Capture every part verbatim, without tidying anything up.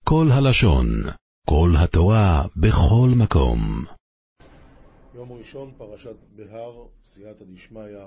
כל הלשון, כל התורה, בכל מקום. יום ראשון, פרשת בהר, סייעתא דשמיא.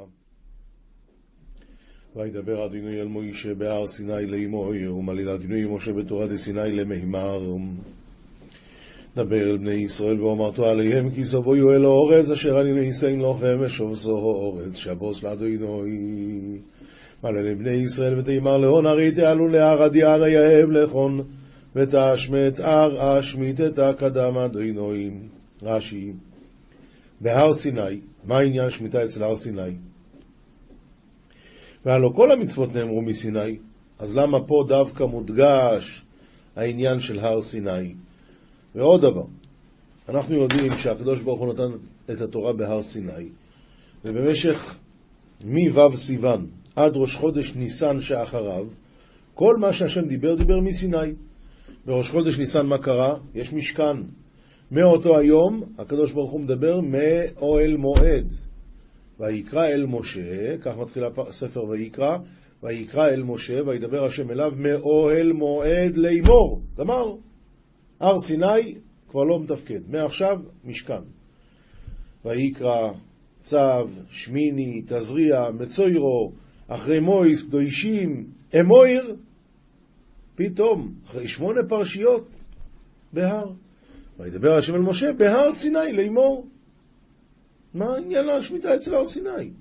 וידבר אדוני אל מוישה בהר סיני לאמור, ומליל אדוני משה בתורה דסיני למימר. דבר אל בני ישראל ואומרתו עליהם, כי סבויו אל האורץ אשר אני ניסיין לכם, ושובסו האורץ שבוס לאדוני. מלל בני ישראל ותאמר להון הרי תעלו להר הדיין היהב לכון, ותשמט הר אשמית את הקדם אדוני. רש"י, בהר סיני, מה העניין שמיטה אצל הר סיני? והלא כל המצוות נאמרו מסיני, אז למה פה דווקא מודגש העניין של הר סיני? ועוד דבר, אנחנו יודעים שהקדוש ברוך הוא נתן את התורה בהר סיני, ובמשך מו' סיוון עד ראש חודש ניסן שאחריו, כל מה שהשם דיבר, דיבר מסיני. בראש חודש ניסן מה קרה? יש משכן. מאותו היום הקדוש ברוך הוא מדבר מאוהל מועד. ויקרא אל משה, כך מתחיל הספר ויקרא, ויקרא אל משה וידבר השם אליו מאוהל מועד לאמור. גמר. הר סיני כבר לא מתפקד. מעכשיו משכן. ויקרא צו, שמיני, תזריע, מצוירו, אחרי מויס, קדושים, אמויר, פתאום, אחרי שמונה פרשיות, בהר. וידבר השם אל משה, בהר סיני, לאמור. מה העניין השמיטה אצל הר סיני?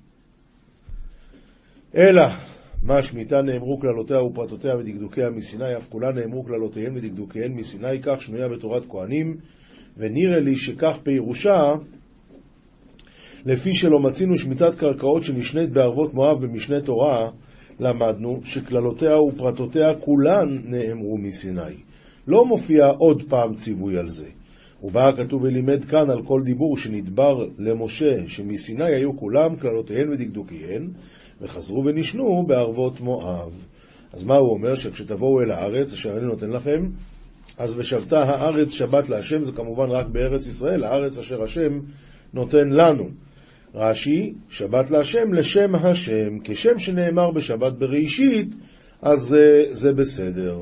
אלא, מה השמיטה נאמרו כללותיה ופרטותיה ודקדוקיה מסיני, אף כולה נאמרו כללותיהן ודקדוקיהן מסיני, כך שנויה בתורת כהנים, ונראה לי שכך פירושה, לפי שלא מצינו שמיטת קרקעות שנשנית בערבות מואב במשנה תורה, למדנו שכללותיה ופרטותיה כולן נאמרו מסיני. לא מופיע עוד פעם ציווי על זה. ובא כתוב ולימד כאן על כל דיבור שנדבר למשה שמסיני היו כולם כללותיהן ודקדוקיהן, וחזרו ונשנו בערבות מואב. אז מה הוא אומר? שכשתבואו אל הארץ אשר אני נותן לכם, אז ושבתה הארץ שבת להשם, זה כמובן רק בארץ ישראל, הארץ אשר השם נותן לנו. רש"י, שבת להשם לשם השם, כשם שנאמר בשבת בראשית, אז זה, זה בסדר.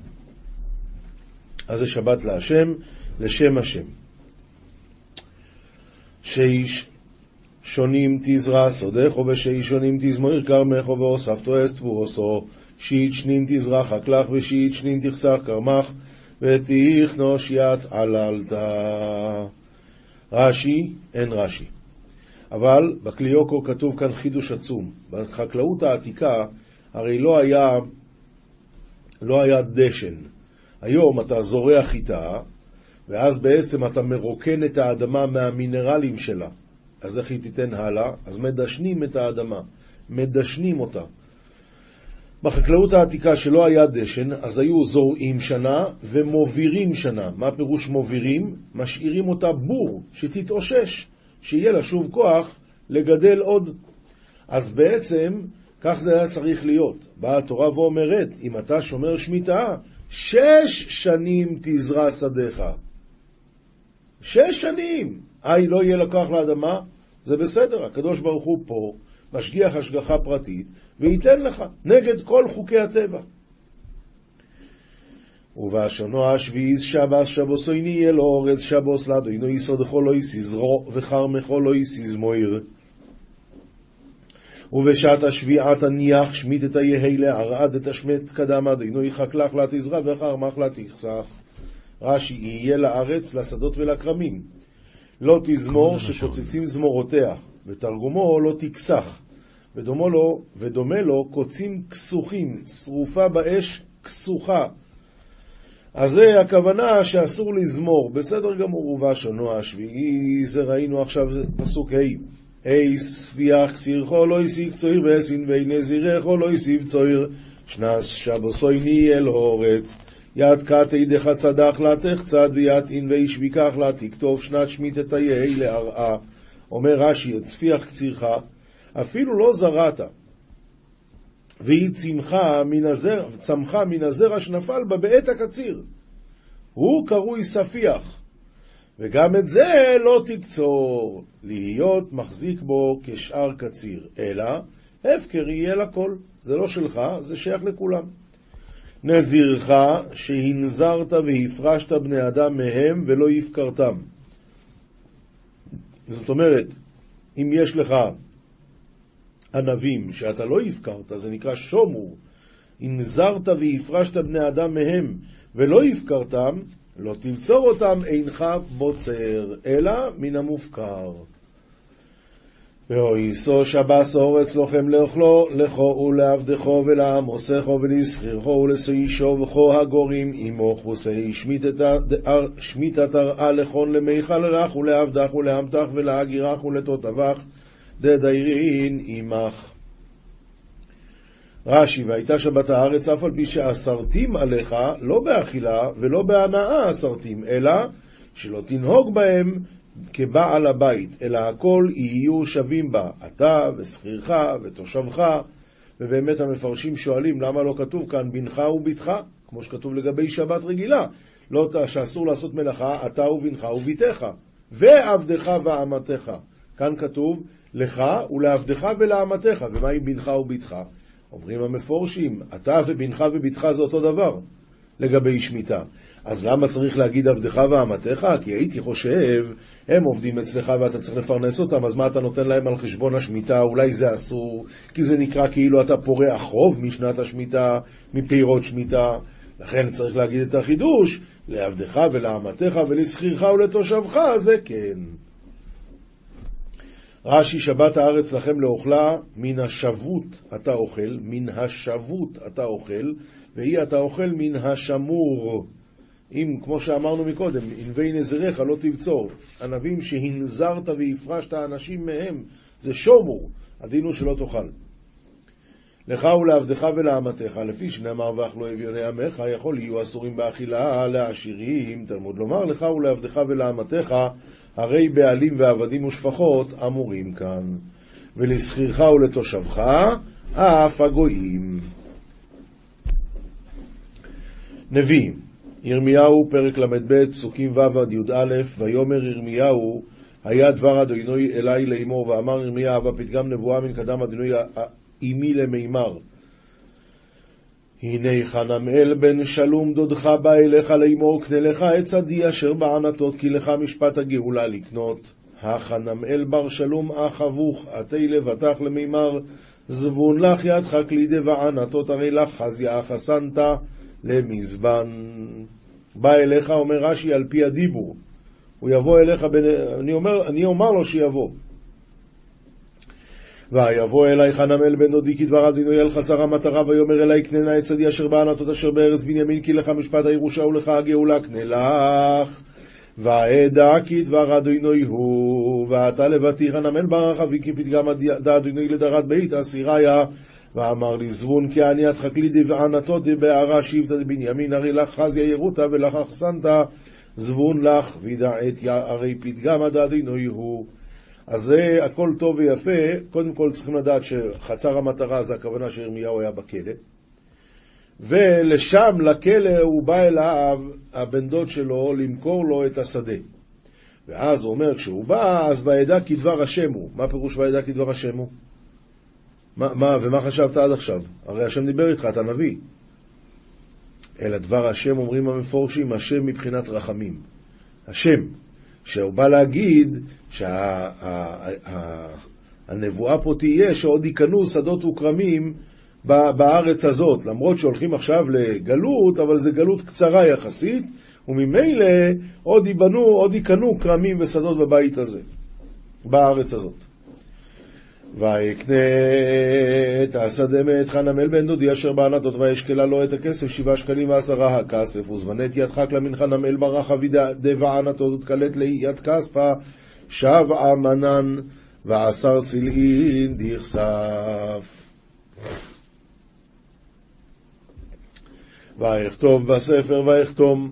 אז זה שבת להשם לשם השם. שיש שונים תזרע סודך, ובשיש שונים תזמור כרמך, והוספתו אס תבוסו, שיט שנין תזרע חקלך, ושיט שנין תחסך כרמך, ותכנוש יד עללתה. רש"י, אין רש"י. אבל בקליוקו כתוב כאן חידוש עצום. בחקלאות העתיקה הרי לא היה, לא היה דשן. היום אתה זורע חיטה, ואז בעצם אתה מרוקן את האדמה מהמינרלים שלה. אז איך היא תיתן הלאה? אז מדשנים את האדמה, מדשנים אותה. בחקלאות העתיקה שלא היה דשן, אז היו זורעים שנה ומובירים שנה. מה פירוש מובירים? משאירים אותה בור, שתתאושש, שיהיה לה שוב כוח לגדל עוד. אז בעצם כך זה היה צריך להיות. באה התורה ואומרת, אם אתה שומר שמיטה, שש שנים תזרע שדך. שש שנים. אי לא יהיה לקוח לאדמה, זה בסדר. הקדוש ברוך הוא פה, משגיח השגחה פרטית, וייתן לך, נגד כל חוקי הטבע. ובשנו השביעי שבס שבוסויני אל אורץ שבוס לאדוני יסודכו לא יסיזרו וחרמכו לא יסיזמויר. ובשעת השביעת הניח שמית את היהי לערד את השמט קדם אדוני חקלך לה תזרע וחרמך לה תחסך. רש"י, יהיה לארץ לשדות ולקרמים, לא תזמור שקוצצים זמורותיה, ותרגומו לא תקסח, ודומה לו, ודומה לו קוצים כסוכים, שרופה באש כסוכה. אז זה הכוונה שאסור לזמור, בסדר גמור. ובשנו השביעי, זה ראינו עכשיו פסוק ה' אי ספיח סירכו לא יסיק צויר בסין ואי נזירכו לא יסיב צויר שנס שבוסויני אל הורץ יד קט אידך צדח לה תחצד ויד אין ואיש ביקח לה תכתוב שנת שמית את היהי להראה. אומר רש"י, צפיח קצירך אפילו לא זרעת והיא צמחה מן הזרע, צמחה מן הזרע שנפל בה בעת הקציר, הוא קרוי ספיח, וגם את זה לא תקצור להיות מחזיק בו כשאר קציר, אלא הפקר יהיה לכל. זה לא שלך, זה שייך לכולם. נזירך שהנזרת והפרשת בני אדם מהם ולא יפקרתם. זאת אומרת, אם יש לך ענבים שאתה לא יפקרת, זה נקרא שומור. הנזרת והפרשת בני אדם מהם ולא יפקרתם, לא תבצור אותם, אינך בוצר, אלא מן המופקר. ואויסו שבס אורץ לכם לאכלו, לכו ולעבדכו ולעמוסכו ולסחירכו ולסאישו וכו הגורים עמוך וסאי שמיטת הרעה לכון למיכל לך ולעבדך ולעמתך ולהגירך ולתותבך דדיירין עמך. רש"י, והייתה שבת הארץ אף על פי שאסרתים עליך, לא באכילה ולא בהנאה אסרתים, אלא שלא תנהוג בהם כבעל הבית, אלא הכל יהיו שווים בה, אתה ושכירך ותושבך. ובאמת המפרשים שואלים למה לא כתוב כאן בנך וביתך, כמו שכתוב לגבי שבת רגילה, לא שאסור לעשות מלאכה, אתה ובנך וביתך ועבדך ועמתך. כאן כתוב לך ולעבדך ולעמתך. ומה עם בנך וביתך? אומרים המפורשים, אתה ובנך וביתך זה אותו דבר לגבי שמיטה. אז למה צריך להגיד עבדך ועמתך? כי הייתי חושב, הם עובדים אצלך ואתה צריך לפרנס אותם, אז מה אתה נותן להם על חשבון השמיטה? אולי זה אסור, כי זה נקרא כאילו אתה פורע חוב משנת השמיטה, מפירות שמיטה. לכן צריך להגיד את החידוש, לעבדך ולעמתך ולשכירך ולתושבך, זה כן. רש"י, שבת הארץ לכם לאוכלה, מן השבות אתה אוכל, מן השבות אתה אוכל, ואי אתה אוכל מן השמור. אם, כמו שאמרנו מקודם, ענבי נזריך לא תבצור. ענבים שהנזרת והפרשת האנשים מהם, זה שומור, הדין הוא שלא תאכל. לך ולעבדך ולעמתך, לפי שנאמר ואכלו אביוני עמך, יכול יהיו אסורים באכילה לעשירים. תלמוד לומר, לך ולעבדך ולעמתך, הרי בעלים ועבדים ושפחות אמורים כאן. ולשכירך ולתושבך, אף הגויים. נביאים, ירמיהו פרק למד ב' פסוקים ו' עד י"א. ויאמר ירמיהו, היה דבר אדוני אלי לאמור, ואמר ירמיהו בפתגם נבואה מן קדם אדוני אימי למימר, הנה חנמאל בן שלום דודך בא אליך לאמור, קנה לך עץ עדי אשר בענתות, כי לך משפט הגאולה לקנות. החנמאל בר שלום אח אבוך, עתי לבטח למימר, זבון לך ידך כלידי וענתות, הרי לך חזיה חסנת למזבן. בא אליך, אומר רש"י, על פי הדיבור. הוא יבוא אליך, בנ... אני, אומר, אני אומר לו שיבוא. ויבוא אלי חנמאל בן דודי כדבר אדוני אל חצר המטרה, ויאמר אלי קננה עץ עדי אשר בענתות אשר בארץ בנימין, כי לך משפט הירושה ולך הגאולה, קנה לך. ואדע כדבר אדוני הוא, ואתה לבתי חנמאל ברך אבי, כי פתגם דע אדוני לדרת בית אסיריה. ואמר לי זבון, כי אני את חכלי דבענתות דבערה שבטה דבנימין, הרי לך חזיה ירותה ולך חסנת, זבון לך ודעת הרי פתגם דע אדוני הוא. אז זה הכל טוב ויפה. קודם כל צריכים לדעת שחצר המטרה זה הכוונה שירמיהו היה בכלא, ולשם לכלא הוא בא אליו הבן דוד שלו למכור לו את השדה. ואז הוא אומר, כשהוא בא, אז וידע כדבר השם הוא. מה פירוש וידע כדבר השם הוא? מה, מה, ומה חשבת עד עכשיו? הרי השם דיבר איתך, אתה נביא. אלא דבר השם אומרים המפורשים, השם מבחינת רחמים. השם, שהוא בא להגיד שהנבואה פה תהיה שעוד ייכנו שדות וקרמים בארץ הזאת, למרות שהולכים עכשיו לגלות, אבל זה גלות קצרה יחסית, וממילא עוד ייבנו, עוד ייכנו קרמים ושדות בבית הזה, בארץ הזאת. ויקנה את השדה מאת חנמאל בן דודי אשר בענתות, וישקלה לו את הכסף שבעה שקלים ועשרה הכסף, וזבנת ידך למין חנמאל ברח אבי דבענתות, ותקלט לי יד כספה שבע מנן ועשר סלעין דכסף. ויכתוב בספר ויחתום,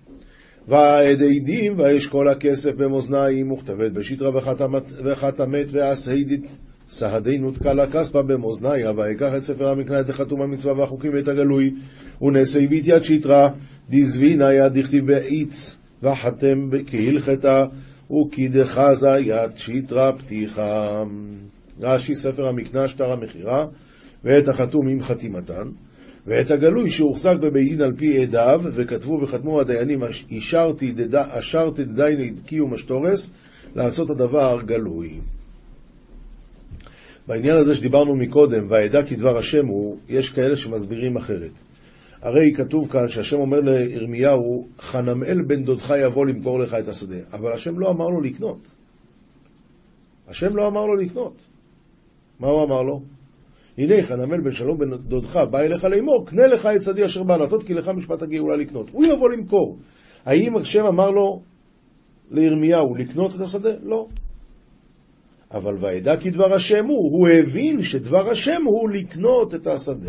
ועדים וישקול הכסף במאזניים, וכתבת בשטרה וחתמת והסהידית סהדינו תקלה כספה במאזניה, ויקח את ספר המקנה את החתום המצווה והחוקים ואת הגלוי, ונשא בית יד שטרה דזבינה יד דכתיב בעיץ, וחתם כהלכתה, וכדחזה יד שטרה פתיחה. רש"י, ספר המקנה שטר המחירה ואת החתום עם חתימתן. ואת הגלוי שהוחזק בבית דין על פי עדיו, וכתבו וחתמו הדיינים, אשרתי דדיין הדקיו משטורס, לעשות הדבר גלוי. בעניין הזה שדיברנו מקודם, והעדה כדבר השם הוא, יש כאלה שמסבירים אחרת. הרי כתוב כאן שהשם אומר לירמיהו, חנמאל בן דודך יבוא למכור לך את השדה. אבל השם לא אמר לו לקנות. השם לא אמר לו לקנות. מה הוא אמר לו? הנה חנמאל בן שלום בן דודך בא אליך לאמור, קנה לך את שדי אשר בא לעשות, כי לך משפט הגאולה לקנות. הוא יבוא למכור. האם השם אמר לו לירמיהו לקנות את השדה? לא. אבל והעדה כדבר השם הוא, הוא הבין שדבר השם הוא לקנות את השדה.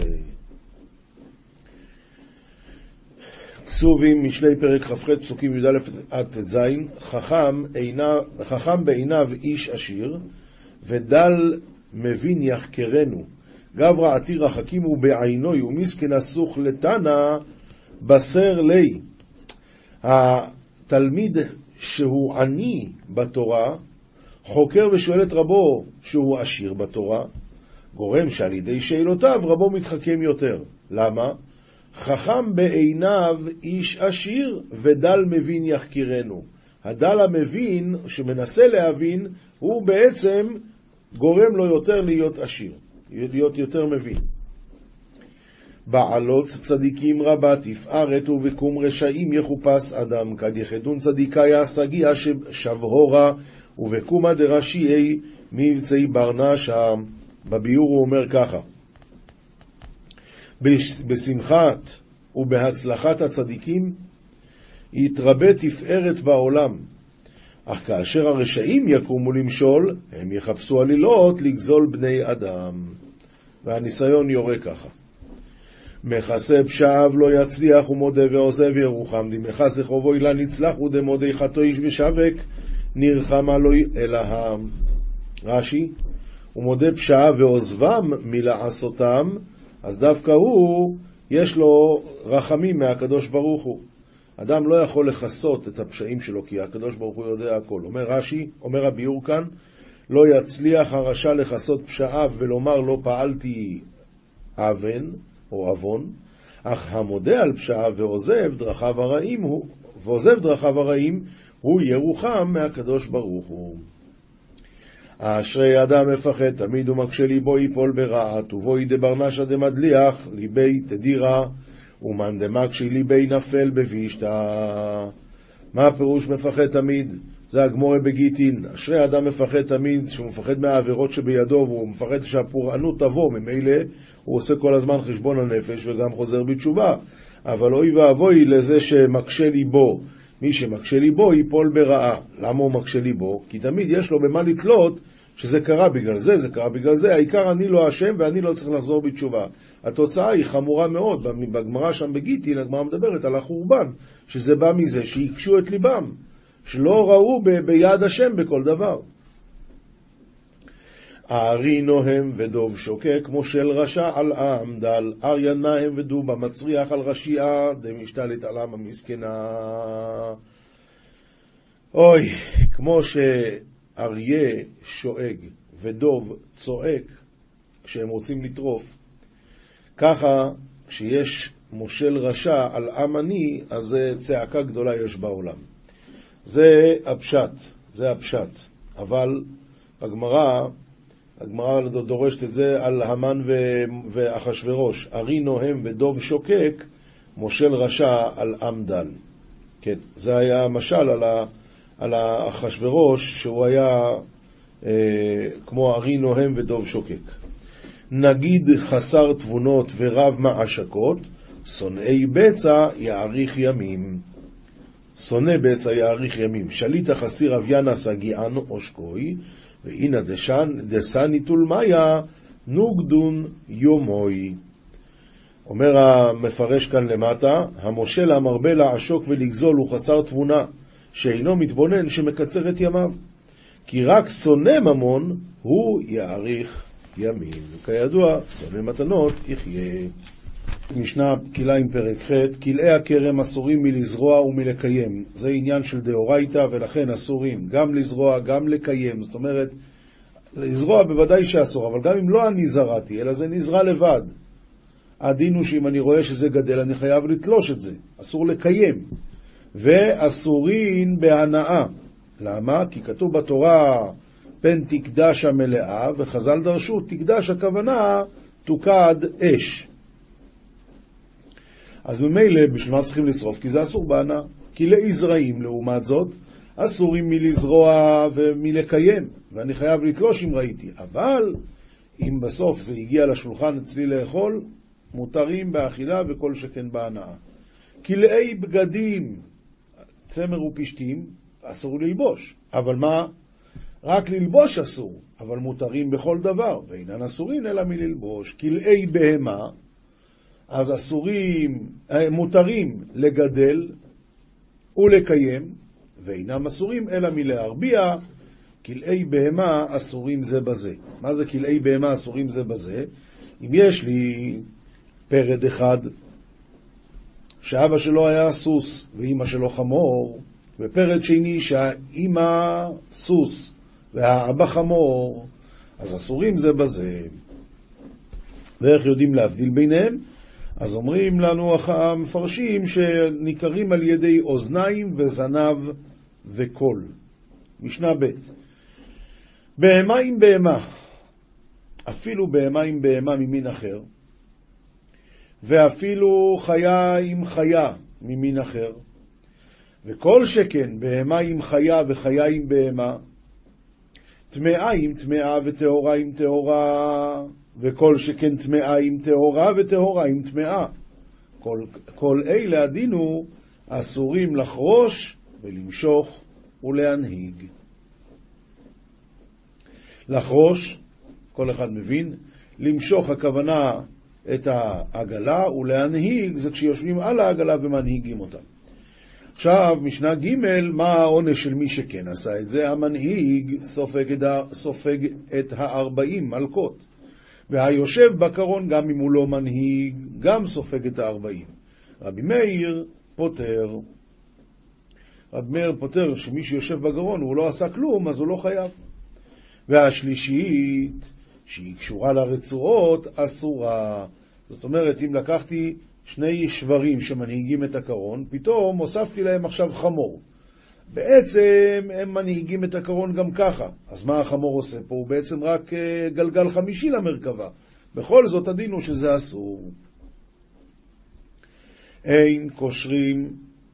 כתובים משלי פרק כ"ח פסוקים י"א עד ט"ז, חכם עיניו, חכם בעיניו איש עשיר, ודל מבין יחקרנו. גברא עתיר החכים ובעינוי, ומסכן הסוך לתנא בשר לי. התלמיד שהוא עני בתורה, חוקר ושואל את רבו שהוא עשיר בתורה, גורם שעל ידי שאלותיו רבו מתחכם יותר. למה? חכם בעיניו איש עשיר ודל מבין יחקירנו. הדל המבין שמנסה להבין הוא בעצם גורם לו יותר להיות עשיר, להיות יותר מבין. בעלות צדיקים רבה תפארת ובקום רשעים יחופש אדם, כד יחדון צדיקיה סגיע שבהורה ובקומה דרשיעי מבצעי ברנשה. בביור הוא אומר ככה, בשמחת ובהצלחת הצדיקים יתרבה תפארת בעולם, אך כאשר הרשעים יקומו למשול, הם יחפשו עלילות לגזול בני אדם. והניסיון יורה ככה, מכסה פשעיו לא יצליח ומודה ועוזב ירוחם, דמכסה חובו אילן יצלח ודמודי חטו איש ושבק נרחמה לו אלהם. רש"י, ומודה פשעיו ועוזבם מלעשותם, אז דווקא הוא יש לו רחמים מהקדוש ברוך הוא. אדם לא יכול לחסות את הפשעים שלו, כי הקדוש ברוך הוא יודע הכל. אומר רש"י, אומר הביור כאן, לא יצליח הרשע לחסות פשעיו ולומר לא פעלתי אבן או אבון, אך המודה על פשעיו ועוזב דרכיו הרעים הוא, ועוזב דרכיו הרעים, הוא ירוחם מהקדוש ברוך הוא. אשרי אדם מפחד תמיד ומקשה ליבו יפול ברעת, ובו ידברנשה דמדליח ליבי תדירה, ומן דמקשי ליבי נפל בבישתה. מה הפירוש מפחד תמיד? זה הגמורה בגיטין. אשרי אדם מפחד תמיד, שהוא מפחד מהעבירות שבידו, והוא מפחד שהפורענות תבוא, ממילא הוא עושה כל הזמן חשבון הנפש וגם חוזר בתשובה. אבל אוי ואבוי לזה שמקשה ליבו. מי שמקשה ליבו ייפול ברעה. למה הוא מקשה ליבו? כי תמיד יש לו במה לתלות שזה קרה בגלל זה, זה קרה בגלל זה. העיקר אני לא אשם ואני לא צריך לחזור בתשובה. התוצאה היא חמורה מאוד. בגמרא שם בגיטין, הגמרא מדברת על החורבן, שזה בא מזה שיקשו את ליבם, שלא ראו ב- ביד השם בכל דבר. הארי נוהם ודוב שוקק, מושל רשע על עם דל, אריה נהם ודובה מצריח על רשיעה, דמשתלת על עם המסכנה. אוי, כמו שאריה שואג ודוב צועק כשהם רוצים לטרוף, ככה כשיש מושל רשע על עם עני, אז זה צעקה גדולה יש בעולם. זה הפשט, זה הפשט. אבל הגמרא, הגמרא דורשת את זה על המן ואחשוורוש. ארי נוהם ודוב שוקק, מושל רשע על עם דל. כן, זה היה משל על, ה, על אחשוורוש, שהוא היה אה, כמו ארי נוהם ודוב שוקק. נגיד חסר תבונות ורב מעשקות, שונאי בצע יאריך ימים. שונא בצע יאריך ימים. שליט החסיר אביאנה סגיען אושקוי, והנה דשן דסני תולמיה נוגדון יומוי. אומר המפרש כאן למטה, המושל המרבה לעשוק ולגזול הוא חסר תבונה, שאינו מתבונן שמקצר את ימיו. כי רק שונא ממון הוא יאריך ימים. וכידוע, שונא מתנות יחיה. משנה כליים פרק ח', כלאי הכרם אסורים מלזרוע ומלקיים. זה עניין של דאורייתא, ולכן אסורים גם לזרוע, גם לקיים. זאת אומרת, לזרוע בוודאי שאסור, אבל גם אם לא אני זרעתי, אלא זה נזרע לבד. הדין הוא שאם אני רואה שזה גדל, אני חייב לתלוש את זה. אסור לקיים. ואסורין בהנאה. למה? כי כתוב בתורה, פן תקדש המלאה, וחז"ל דרשו, תקדש הכוונה, תוקד אש. אז ממילא, בשביל מה צריכים לשרוף? כי זה אסור בהנאה. כי להיזרעים, לעומת זאת, אסורים מלזרוע ומלקיים, ואני חייב לתלוש אם ראיתי. אבל אם בסוף זה הגיע לשולחן אצלי לאכול, מותרים באכילה וכל שכן בהנאה. כלאי בגדים, צמר ופשתים, אסור ללבוש. אבל מה? רק ללבוש אסור, אבל מותרים בכל דבר, ואינן אסורים אלא מללבוש. כלאי בהמה, אז אסורים, מותרים לגדל ולקיים, ואינם אסורים אלא מלהרביע. כלאי בהמה אסורים זה בזה. מה זה כלאי בהמה אסורים זה בזה? אם יש לי פרד אחד שאבא שלו היה סוס ואמא שלו חמור, ופרד שני שהאמא סוס והאבא חמור, אז אסורים זה בזה. ואיך יודעים להבדיל ביניהם? אז אומרים לנו המפרשים שניכרים על ידי אוזניים וזנב וקול. משנה ב' בהמה עם בהמה, אפילו בהמה עם בהמה ממין אחר, ואפילו חיה עם חיה ממין אחר, וכל שכן בהמה עם חיה וחיה עם בהמה, טמאה עם טמאה וטהורה עם טהורה, וכל שכן טמאה עם טהורה וטהורה עם טמאה. כל, כל אלה הדינו אסורים לחרוש ולמשוך ולהנהיג. לחרוש, כל אחד מבין, למשוך הכוונה את העגלה, ולהנהיג זה כשיושבים על העגלה ומנהיגים אותה. עכשיו, משנה ג' מה העונש של מי שכן עשה את זה? המנהיג סופג את, סופג את הארבעים מלכות. והיושב בקרון, גם אם הוא לא מנהיג, גם סופג את הארבעים. רבי מאיר פותר. רבי מאיר פותר שמי שיושב בגרון הוא לא עשה כלום, אז הוא לא חייב. והשלישית, שהיא קשורה לרצועות, אסורה. זאת אומרת, אם לקחתי שני שברים שמנהיגים את הקרון, פתאום הוספתי להם עכשיו חמור. בעצם הם מנהיגים את הקרון גם ככה. אז מה החמור עושה פה? הוא בעצם רק גלגל חמישי למרכבה. בכל זאת הדין הוא שזה אסור. אין קושרים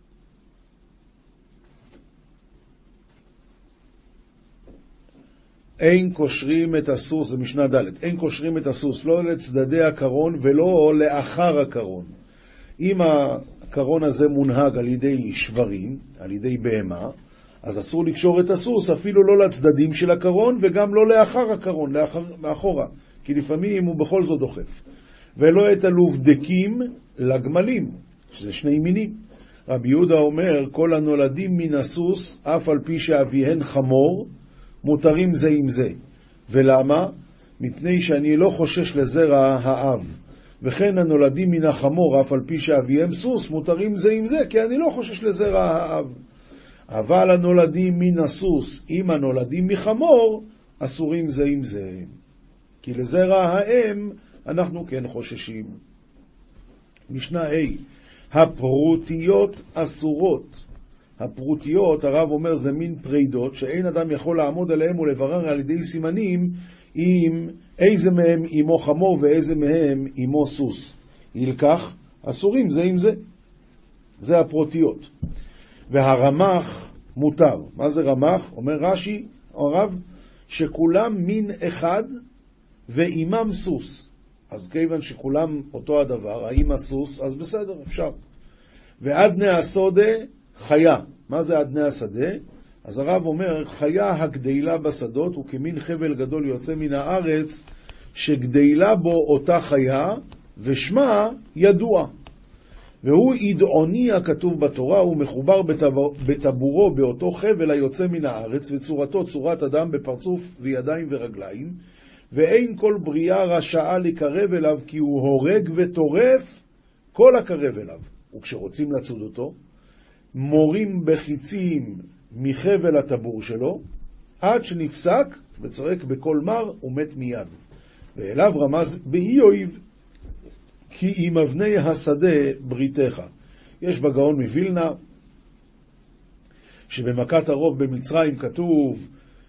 אין קושרים את הסוס, זה משנה ד', אין קושרים את הסוס לא לצדדי הקרון ולא לאחר הקרון. אם הקרון הזה מונהג על ידי שברים, על ידי בהמה, אז אסור לקשור את הסוס אפילו לא לצדדים של הקרון וגם לא לאחר הקרון, לאחר, מאחורה, כי לפעמים הוא בכל זאת דוחף. ולא את הלובדקים לגמלים, שזה שני מינים. רבי יהודה אומר, כל הנולדים מן הסוס, אף על פי שאביהן חמור, מותרים זה עם זה. ולמה? מפני שאני לא חושש לזרע האב. וכן הנולדים מן החמור, אף על פי שאביהם סוס, מותרים זה עם זה, כי אני לא חושש לזרע האב. אבל הנולדים מן הסוס, אם הנולדים מחמור, אסורים זה עם זה. כי לזרע האם אנחנו כן חוששים. משנה A, הפרותיות אסורות. הפרותיות, הרב אומר, זה מין פרידות שאין אדם יכול לעמוד עליהם ולברר על ידי סימנים עם איזה מהם עמו חמור ואיזה מהם עמו סוס. ילקח, אסורים זה עם זה. זה הפרותיות. והרמח מותר. מה זה רמח? אומר רש"י, הרב, שכולם מין אחד ועימם סוס. אז כיוון שכולם אותו הדבר, האמא סוס, אז בסדר, אפשר. ועדני הסודה חיה. מה זה עדני השדה? אז הרב אומר, חיה הגדלה בשדות הוא כמין חבל גדול יוצא מן הארץ, שגדלה בו אותה חיה, ושמה ידוע. והוא ידעוני הכתוב בתורה, הוא מחובר בטבור, בטבורו באותו חבל היוצא מן הארץ, וצורתו צורת אדם בפרצוף וידיים ורגליים, ואין כל בריאה רשעה לקרב אליו, כי הוא הורג וטורף כל הקרב אליו. וכשרוצים לצוד אותו, מורים בחיצים מחבל הטבור שלו, עד שנפסק וצועק בכל מר ומת מיד. ואליו רמז באיוב, כי עם אבני השדה בריתך. יש בגאון מווילנה, שבמכת הרוב במצרים כתוב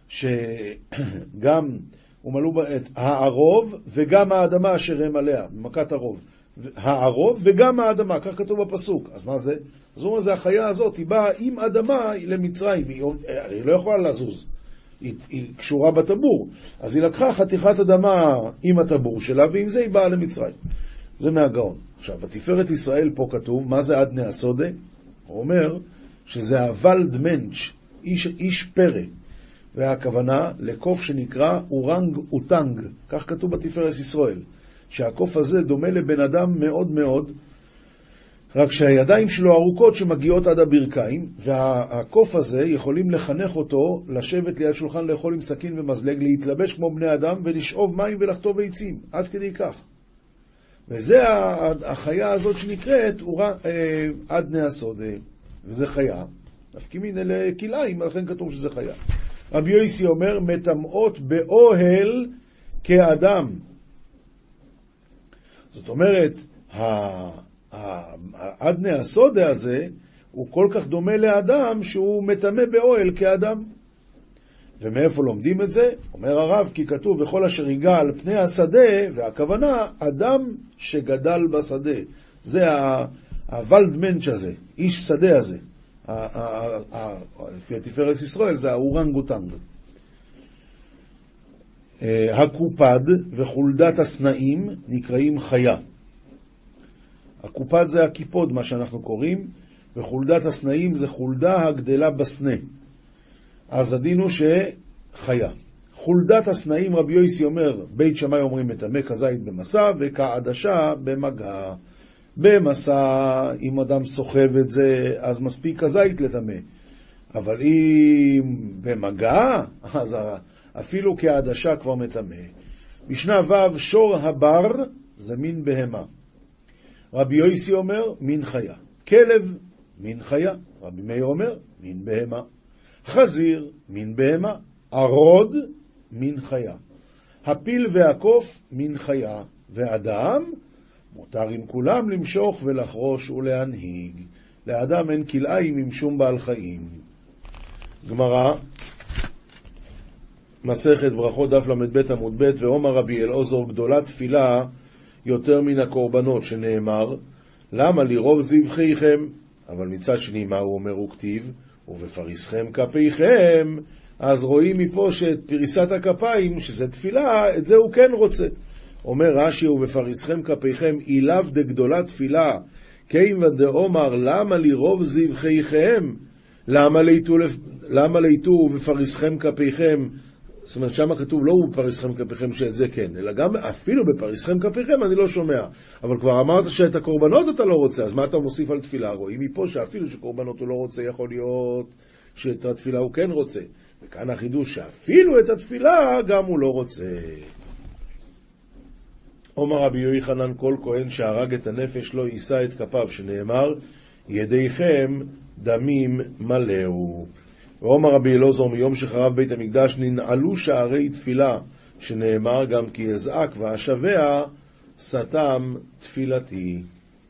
שגם ומלאו את הערוב וגם האדמה אשר הם עליה, במכת הרוב. הערוב וגם האדמה, כך כתוב בפסוק. אז מה זה? אז הוא אומר, זה החיה הזאת, היא באה עם אדמה למצרים, היא, היא לא יכולה לזוז, היא, היא קשורה בטבור. אז היא לקחה חתיכת אדמה עם הטבור שלה, ועם זה היא באה למצרים. זה מהגאון. עכשיו, בתפארת ישראל פה כתוב, מה זה אדני הסודה? הוא אומר שזה הוולד מנץ', איש, איש פרא. והכוונה לקוף שנקרא אורנג אוטנג, כך כתוב בתפארת ישראל. שהקוף הזה דומה לבן אדם מאוד מאוד, רק שהידיים שלו ארוכות שמגיעות עד הברכיים, והקוף הזה יכולים לחנך אותו לשבת ליד שולחן לאכול עם סכין ומזלג, להתלבש כמו בני אדם ולשאוב מים ולחטוב עצים, עד כדי כך. וזה החיה הזאת שנקראת אדני הסודה, וזה חיה, נפקימין אלה כלאיים, לכן כתוב שזה חיה. רבי יוסי אומר, מטמאות באוהל כאדם. זאת אומרת, האדני הסודה הזה הוא כל כך דומה לאדם שהוא מטמא באוהל כאדם. ומאיפה לומדים את זה? אומר הרב, כי כתוב וכל אשר ייגע על פני השדה, והכוונה אדם שגדל בשדה. זה הוולדמנץ' הזה, איש שדה הזה. לפי התפארת ישראל זה האורנגוטנג. הקופד וחולדת הסנאים נקראים חיה. הקופד זה הקיפוד, מה שאנחנו קוראים, וחולדת הסנאים זה חולדה הגדלה בסנה. אז הדין הוא שחיה. חולדת הסנאים, רבי יוסי אומר, בית שמאי אומרים מטמא כזית במסע, וכעדשה במגע. במסע, אם אדם סוחב את זה, אז מספיק כזית לטמא. אבל אם במגע, אז אפילו כעדשה כבר מטמא. משנה ו' שור הבר זה מין בהמה. רבי יוסי אומר מין חיה. כלב מין חיה. רבי מאיר אומר מין בהמה. חזיר מין בהמה. ערוד מין חיה. הפיל והקוף מין חיה. ואדם מותר עם כולם למשוך ולחרוש ולהנהיג. לאדם אין כלאיים עם שום בעל חיים. גמרא מסכת ברכות דף למד עמוד ב' ואומר רבי אלעזר גדולה תפילה יותר מן הקורבנות, שנאמר למה לרוב זבחיכם, אבל מצד שני מה הוא אומר? הוא כתיב ובפריסכם כפיכם. אז רואים מפה שאת פריסת הכפיים שזה תפילה, את זה הוא כן רוצה. אומר רש"י ובפריסכם כפיכם אילב דגדולה תפילה קיים ודאומר למה לרוב זבחיכם, למה ליתו למה ליתו ובפריסכם כפיכם. זאת אומרת, שמה כתוב לא בפריסכם כפיכם שאת זה כן, אלא גם אפילו בפריסכם כפיכם אני לא שומע. אבל כבר אמרת שאת הקורבנות אתה לא רוצה, אז מה אתה מוסיף על תפילה? רואים מפה שאפילו שקורבנות הוא לא רוצה, יכול להיות שאת התפילה הוא כן רוצה. וכאן החידוש שאפילו את התפילה גם הוא לא רוצה. אומר רבי יוחנן כל כהן שהרג את הנפש לא יישא את כפיו, שנאמר ידיכם דמים מלאו. ואומר רבי אלעזר מיום שחרב בית המקדש ננעלו שערי תפילה, שנאמר גם כי אזעק ואשבע סתם תפילתי.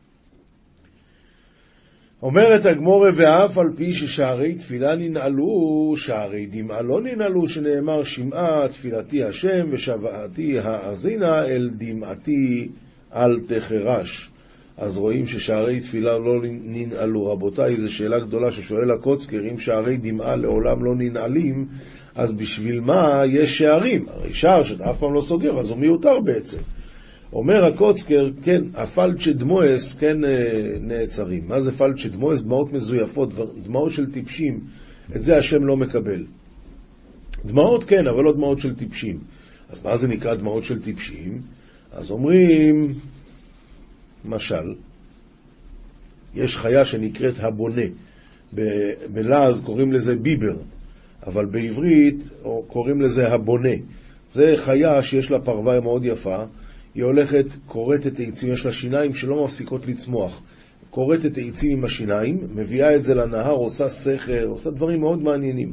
אומרת הגמורה ואף על פי ששערי תפילה ננעלו, שערי דמעה לא ננעלו, שנאמר שמעה תפילתי השם ושבעתי האזינה אל דמעתי אל תחרש. אז רואים ששערי תפילה לא ננעלו. רבותיי, זו שאלה גדולה ששואל הקוצקר, אם שערי דמעה לעולם לא ננעלים, אז בשביל מה יש שערים? הרי שער שאתה אף פעם לא סוגר, אז הוא מיותר בעצם. אומר הקוצקר, כן, הפלצ'ה דמואס כן נעצרים. מה זה פלצ'ה דמואס? דמעות מזויפות, דמעות של טיפשים. את זה השם לא מקבל. דמעות כן, אבל לא דמעות של טיפשים. אז מה זה נקרא דמעות של טיפשים? אז אומרים, משל, יש חיה שנקראת הבונה. ב- בלעז קוראים לזה ביבר, אבל בעברית קוראים לזה הבונה. זה חיה שיש לה פרווה מאוד יפה, היא הולכת, קוראת את העצים, יש לה שיניים שלא מפסיקות לצמוח. קוראת את העצים עם השיניים, מביאה את זה לנהר, עושה סחר, עושה דברים מאוד מעניינים.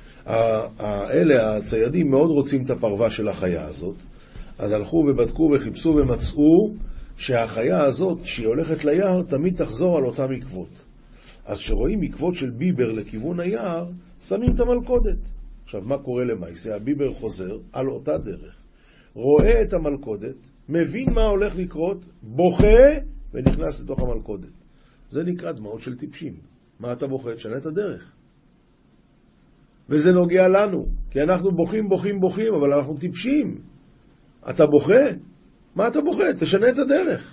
האלה, הציידים, מאוד רוצים את הפרווה של החיה הזאת. אז הלכו ובדקו וחיפשו ומצאו שהחיה הזאת, שהיא הולכת ליער, תמיד תחזור על אותם עקבות. אז כשרואים עקבות של ביבר לכיוון היער, שמים את המלכודת. עכשיו, מה קורה למעשה? הביבר חוזר על אותה דרך, רואה את המלכודת, מבין מה הולך לקרות, בוכה ונכנס לתוך המלכודת. זה נקרא דמעות של טיפשים. מה אתה בוכה? תשנה את הדרך. וזה נוגע לנו, כי אנחנו בוכים, בוכים, בוכים, אבל אנחנו טיפשים. אתה בוכה? מה אתה בוכה? תשנה את הדרך.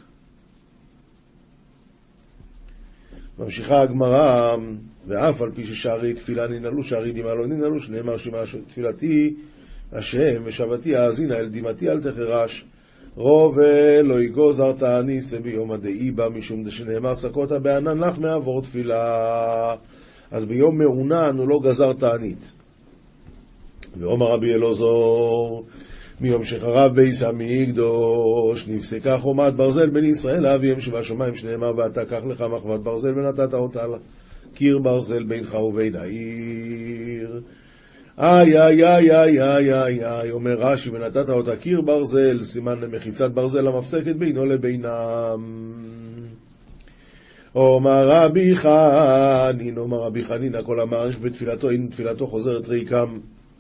ממשיכה הגמרא, ואף על פי ששערי תפילה ננעלו, שערי דמעה לא ננעלו, שנאמר שמע תפילתי השם ושבתי האזינה אל דמעתי אל תחרש, רוב לא יגוז הרתעניס ביום הדאי בה, משום שנאמר סקותה בענן לך מעבור תפילה. אז ביום מעונן הוא לא גזר תענית. ואומר רבי אלעזר, מיום שחרב בית המקדש נפסקה חומת ברזל בין ישראל לאביהם שבשמיים, שנאמר ואתה קח לך מחבת ברזל ונתת אותה לה קיר ברזל בינך ובין העיר. איי איי איי איי איי איי איי, אומר רש"י, ונתת אותה קיר ברזל, סימן למחיצת ברזל המפסקת בינו לבינם. אומר רבי חנין, אומר רבי חנין, הכל המעריך בתפילתו, אין תפילתו חוזרת ריקם.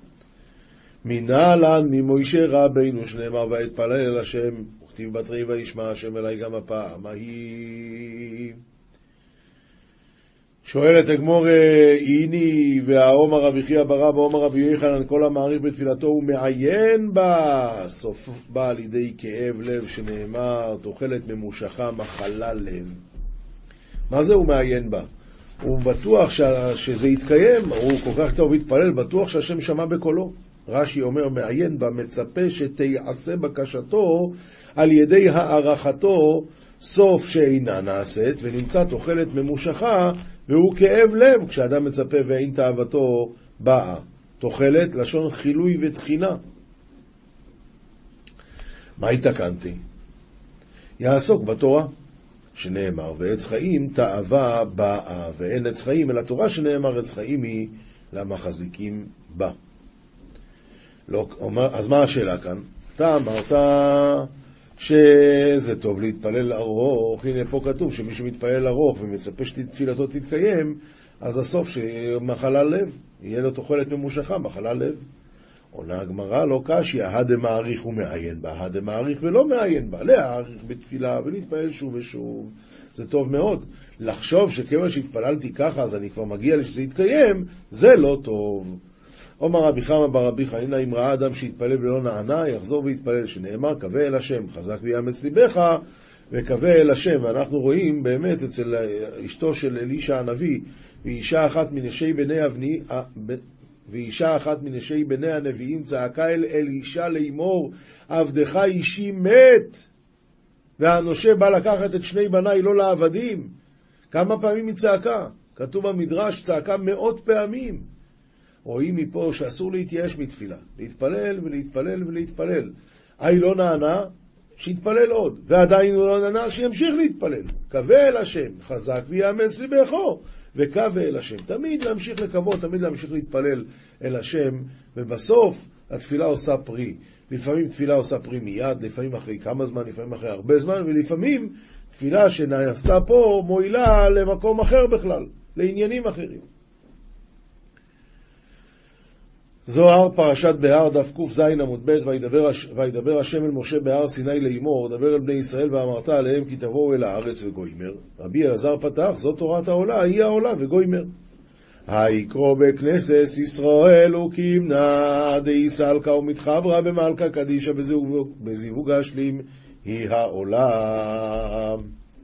מנהלן ממוישה רבינו, שנאמר ואתפלל אל השם, וכתיב בתרי וישמע השם אליי גם הפעם ההיא. שואלת הגמור, איני והעומר רבי חייא ברא ועומר רבי יוחנן, כל המעריך בתפילתו הוא מעיין בה, סוף בא על ידי כאב לב, שנאמר תאכלת ממושכה מחלה לב. מה זה הוא מעיין בה? הוא בטוח ש... שזה יתקיים, הוא כל כך טוב התפלל, בטוח שהשם שמע בקולו. רש"י אומר מעיין בה, מצפה שתיעשה בקשתו על ידי הערכתו סוף שאינה נעשית, ונמצא תאכלת ממושכה והוא כאב לב, כשאדם מצפה ואין תאוותו באה. תאכלת לשון חילוי ותחינה. מה התקנתי? יעסוק בתורה שנאמר ועץ חיים תאווה באה, ואין עץ חיים אלא תורה שנאמר עץ חיים היא למחזיקים בה. לא, אז מה השאלה כאן? אתה אמרת שזה טוב להתפלל ארוך, הנה פה כתוב שמי שמתפלל ארוך ומצפה שתפילתו תתקיים, אז הסוף שמחלה לב, יהיה לו תאכלת ממושכה, מחלה לב. עונה הגמרא לא קשיא, הדמעריך ומעיין בה, הדמעריך ולא מעיין בה, להעריך בתפילה ולהתפלל שוב ושוב, זה טוב מאוד. לחשוב שכיוון שהתפללתי ככה אז אני כבר מגיע לי שזה יתקיים, זה לא טוב. אומר רבי חמא בר רבי חנינא, אם ראה אדם שהתפלל ולא נענה, יחזור ויתפלל, שנאמר קווה אל השם, חזק ויאמץ ליבך, וקווה אל השם. ואנחנו רואים באמת אצל אשתו של אלישע הנביא, ואישה אחת מנשי בני אבני, ואישה אחת מנשי בני הנביאים צעקה אל אלישע לאמור, עבדך אישי מת, והנושה בא לקחת את שני בניי לא לעבדים. כמה פעמים היא צעקה? כתוב במדרש צעקה מאות פעמים. רואים מפה שאסור להתייאש מתפילה, להתפלל ולהתפלל ולהתפלל. אי לא נענה, שיתפלל עוד, ועדיין הוא לא נענה, שימשיך להתפלל. קווה אל השם, חזק ויאמץ ליבך, וקווה אל השם. תמיד להמשיך לקוות, תמיד להמשיך להתפלל אל השם, ובסוף התפילה עושה פרי. לפעמים תפילה עושה פרי מיד, לפעמים אחרי כמה זמן, לפעמים אחרי הרבה זמן, ולפעמים תפילה שנעשתה פה מועילה למקום אחר בכלל, לעניינים אחרים. זוהר פרשת בהר דף ק"ז עמוד ב', וידבר, וידבר השם אל משה בהר סיני לאמור, דבר אל בני ישראל ואמרת עליהם כי תבואו אל הארץ וגוימר. רבי אלעזר פתח, זאת תורת העולה, היא העולה וגוימר. היקרו בכנסת ישראל וקימנה די סלקה ומתחברה במלכה קדישה בזיווג, בזיווג השלים היא העולה.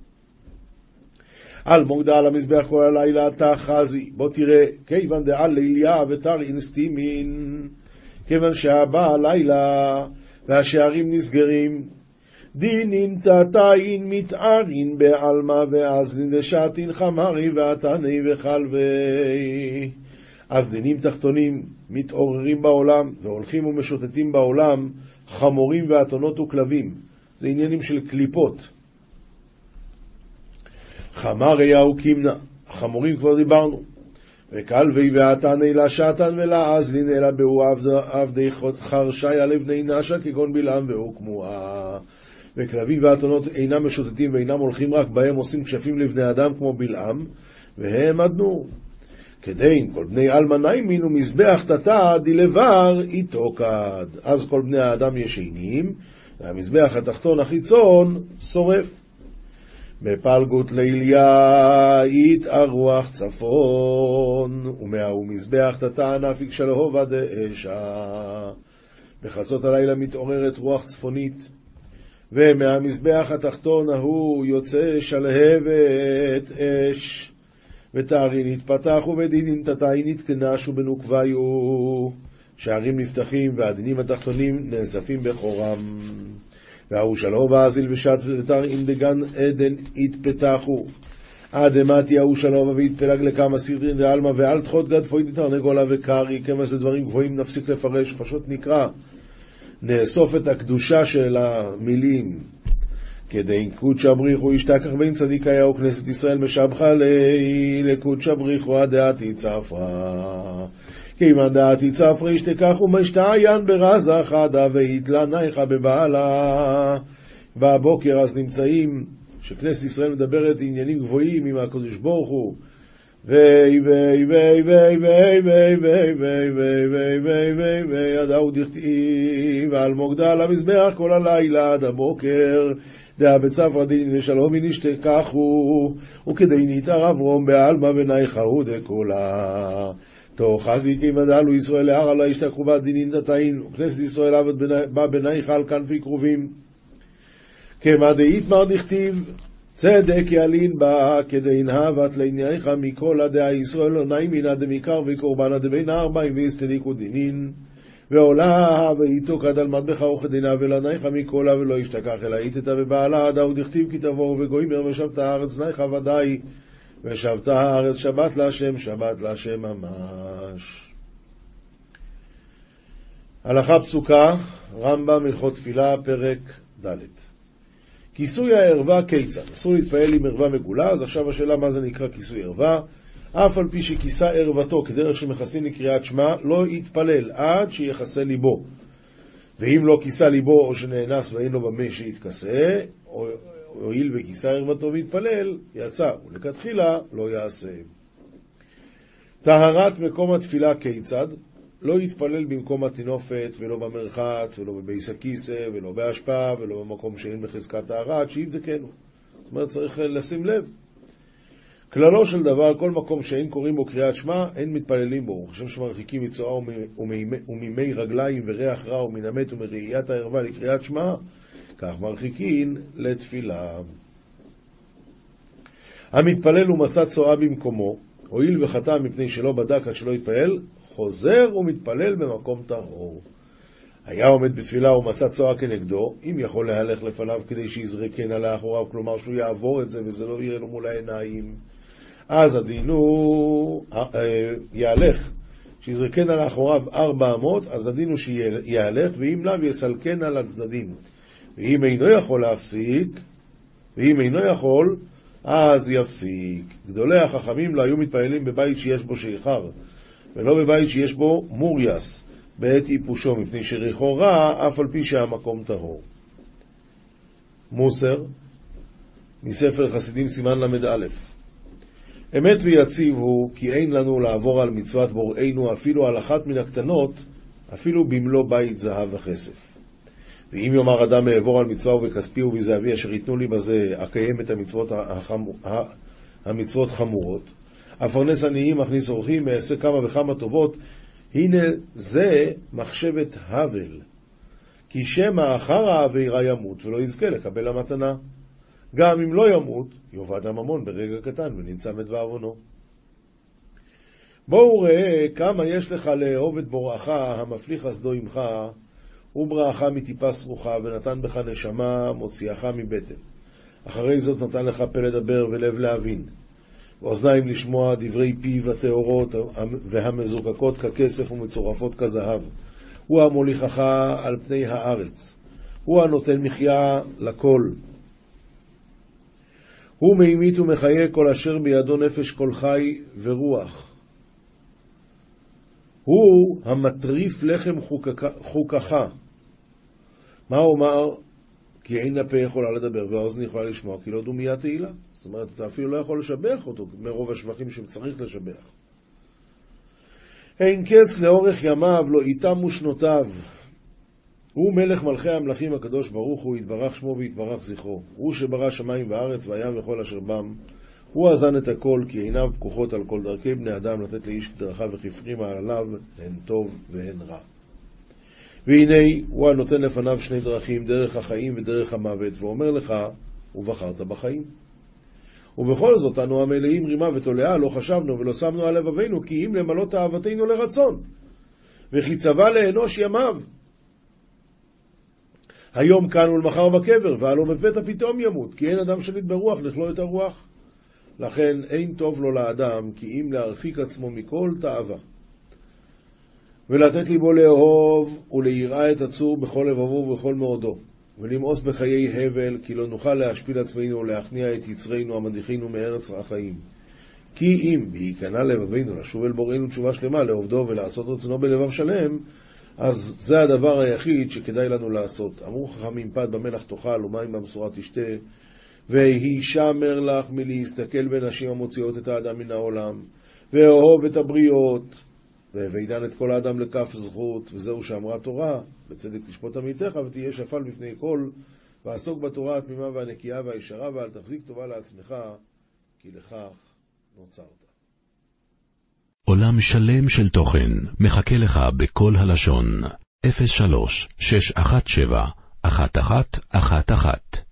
על מוגדה על המזבח כל הלילה תחזי, בוא תראה, כיוון דעל ליליה ותר אינסטימין, כיוון שהבא הלילה והשערים נסגרים, דינין תתאין מתארין בעלמה ואזלין ושעתין חמרי ועתני וחלבי. אז דינים תחתונים מתעוררים בעולם והולכים ומשוטטים בעולם, חמורים ואתונות וכלבים, זה עניינים של קליפות. חמריה וקימנה, החמורים כבר דיברנו, וכלבי ועתני לה שעתן ולה אזלין אלא בהו עבדי חרשי על בני נשה כגון בלעם והוא כמוה. וכלבים ואתונות אינם משוטטים ואינם הולכים רק בהם, עושים כשפים לבני אדם כמו בלעם, והם עדנו. כדין כל בני אלמה ניימין ומזבח תתה דלבר איתו כד. אז כל בני האדם ישנים, והמזבח התחתון החיצון שורף. בפלגות ליליה יתארוח צפון, ומההו מזבח תתה נפיק שלהו ודאשה. בחצות הלילה מתעוררת רוח צפונית, ומהמזבח התחתון ההוא יוצא שלהבת אש. ותארין יתפתח ובדינין תתאין יתכנש ובנוקביו. שערים נפתחים והדינים התחתונים נאספים בחורם. והוא שלו באזיל ושת ותארין דגן עדן יתפתחו. האדמתי ההוא שלו ויתפלג לכמה סדרין דעלמה ואל תחות גדפוי דתרנגולה וקרי. כמה זה דברים גבוהים נפסיק לפרש, פשוט נקרא. נאסוף את הקדושה של המילים. כדין קודשא בריחו ישתכח בין צדיקיה וכנסת ישראל משבחה לי לקודשא בריחו הדעתי צפרה. כימן דעתי צפרה ישתכח ומשתעיין ברזה חדה והתלה נייכה בבעלה. בבוקר אז נמצאים שכנסת ישראל מדברת עניינים גבוהים עם הקדוש ברוך הוא. ויי ויי ויי ויי ויי ויי ויי ויי ויי ויי ויי ויי עד ההוא דכתיב על מוקדה על המזבח כל הלילה עד הבוקר דעה בצפרא דין ושלום נשתכחו וכדי נתערב רום בעלמא ונייחהו דקולה תוך חזיקים ודלו ישראל להר עלה ישתכחו בדינין דתאין וכנסת ישראל עבד בא בנייחה על כנפי קרובים כמה דאיתמר דכתיב צדק ילין בה כדין הבת לענייך מכל הדעה ישראל לא ניימינה דמיקר וקורבנה דבין הארבעים ויסתדיקו דינין ועולה ואיתו כד על מטבחה וכדינה ולנייך מכל ולא ישתכח אלא איתתה ובעלה עדה ודכתיב כי תבואו וגוימר ושבת הארץ נייך ודאי ושבת הארץ שבת להשם שבת להשם ממש. הלכה פסוקה רמב"ם הלכות תפילה פרק ד'. כיסוי הערווה כיצד? אסור להתפעל עם ערווה מגולה, אז עכשיו השאלה מה זה נקרא כיסוי ערווה. אף על פי שכיסה ערוותו כדרך שמכסים לקריאת שמע, לא יתפלל עד שיחסה ליבו. ואם לא כיסה ליבו או שנאנס ואין לו במה שיתכסה, הואיל וכיסה ערוותו ויתפלל, יצא, ולכתחילה לא יעשה. טהרת מקום התפילה כיצד? לא יתפלל במקום התינופת, ולא במרחץ, ולא בבייס הכיסא, ולא בהשפעה, ולא במקום שאין בחזקת טהרה, עד שיבדקנו. זאת אומרת, צריך לשים לב. כללו של דבר, כל מקום שאין קוראים בו קריאת שמע, אין מתפללים בו. כשם שמרחיקים מצואה וממי רגליים וריח רע ומן המת ומראיית הערווה לקריאת שמע, כך מרחיקין לתפילה. המתפלל ומצא צואה במקומו, הואיל וחטא מפני שלא בדק עד שלא יתפעל, חוזר ומתפלל במקום טהור. היה עומד בתפילה ומצא צואה כנגדו, אם יכול להלך לפניו כדי שיזרקנה לאחוריו, כלומר שהוא יעבור את זה וזה לא יראה לו מול העיניים, אז הדין הוא יהלך, שיזרקנה לאחוריו ארבע אמות, אז הדין הוא שיהלך, ואם לאו יסלקנה לצדדים. ואם אינו יכול להפסיק, ואם אינו יכול, אז יפסיק. גדולי החכמים לא היו מתפעלים בבית שיש בו שיחר, ולא בבית שיש בו מורייס, בעת איפושו, מפני שריחו רע, אף על פי שהמקום טהור. מוסר, מספר חסידים סימן למד א'. אמת ויציב הוא, כי אין לנו לעבור על מצוות בוראינו, אפילו על אחת מן הקטנות, אפילו במלוא בית זהב וכסף. ואם יאמר אדם מעבור על מצווה ובכספי ובזהבי, אשר יתנו לי בזה, אקיים את המצוות, החמור, המצוות חמורות, אפרנס עניים, מכניס אורחים, מעשה כמה וכמה טובות, הנה זה מחשבת הבל, כי שמא אחר העבירה ימות ולא יזכה לקבל המתנה. גם אם לא ימות, יאבד הממון ברגע קטן ונמצא מת בעוונו. בואו ראה כמה יש לך לאהוב את בוראך המפליא חסדו עמך, וברכה מטיפה סרוחה, ונתן בך נשמה מוציאך מבטן. אחרי זאת נתן לך פה לדבר ולב להבין, ואוזניים לשמוע דברי פיו הטהורות והמזוקקות ככסף ומצורפות כזהב. הוא המוליכך על פני הארץ, הוא הנותן מחיה לכל. הוא מימית ומחיה כל אשר בידו נפש כל חי ורוח. הוא המטריף לחם חוקך. מה אומר? כי אין הפה יכולה לדבר והאוזן יכולה לשמוע, כי לא דומיה תהילה. זאת אומרת, אתה אפילו לא יכול לשבח אותו מרוב השבחים שצריך לשבח. אין קץ לאורך ימיו, לא איתם ושנותיו. הוא מלך מלכי המלכים הקדוש ברוך הוא, יתברך שמו ויתברך זכרו. הוא שברא שמיים וארץ והים וכל אשר בם. הוא אזן את הכל, כי עיניו פקוחות על כל דרכי בני אדם, לתת לאיש כדרכיו וכפרים עליו, הן טוב והן רע. והנה הוא הנותן לפניו שני דרכים, דרך החיים ודרך המוות, ואומר לך, ובחרת בחיים. ובכל זאת אנו המלאים רימה ותולעה, לא חשבנו ולא שמנו על לבבינו, כי אם למלות אהבתנו לרצון, וכי צבא לאנוש ימיו. היום כאן ולמחר בקבר, והלא בפתע פתאום ימות, כי אין אדם שליט ברוח לכלוא את הרוח. לכן אין טוב לו לאדם, כי אם להרחיק עצמו מכל תאווה, ולתת ליבו לאהוב וליראה את הצור בכל לבבו ובכל מאודו, ולמאוס בחיי הבל, כי לא נוכל להשפיל עצמנו ולהכניע את יצרנו המדיחינו מארץ החיים. כי אם בהיכנע לבבינו לשוב אל בוראנו תשובה שלמה לעובדו ולעשות רצונו בלבב שלם, אז זה הדבר היחיד שכדאי לנו לעשות. אמרו חכמים, פת במלח תאכל ומים במשורה תשתה, והישמר לך מלהסתכל בנשים המוציאות את האדם מן העולם, ואהוב את הבריות, והבידן את כל האדם לכף זכות, וזהו שאמרה תורה, בצדק תשפוט עמיתך ותהיה שפל בפני כל, ועסוק בתורה התמימה והנקייה והישרה, ואל תחזיק טובה לעצמך, כי לכך נוצרת. עולם שלם של תוכן מחכה לך בכל הלשון. אפס שלוש שש אחת שבע אחת אחת אחת אחת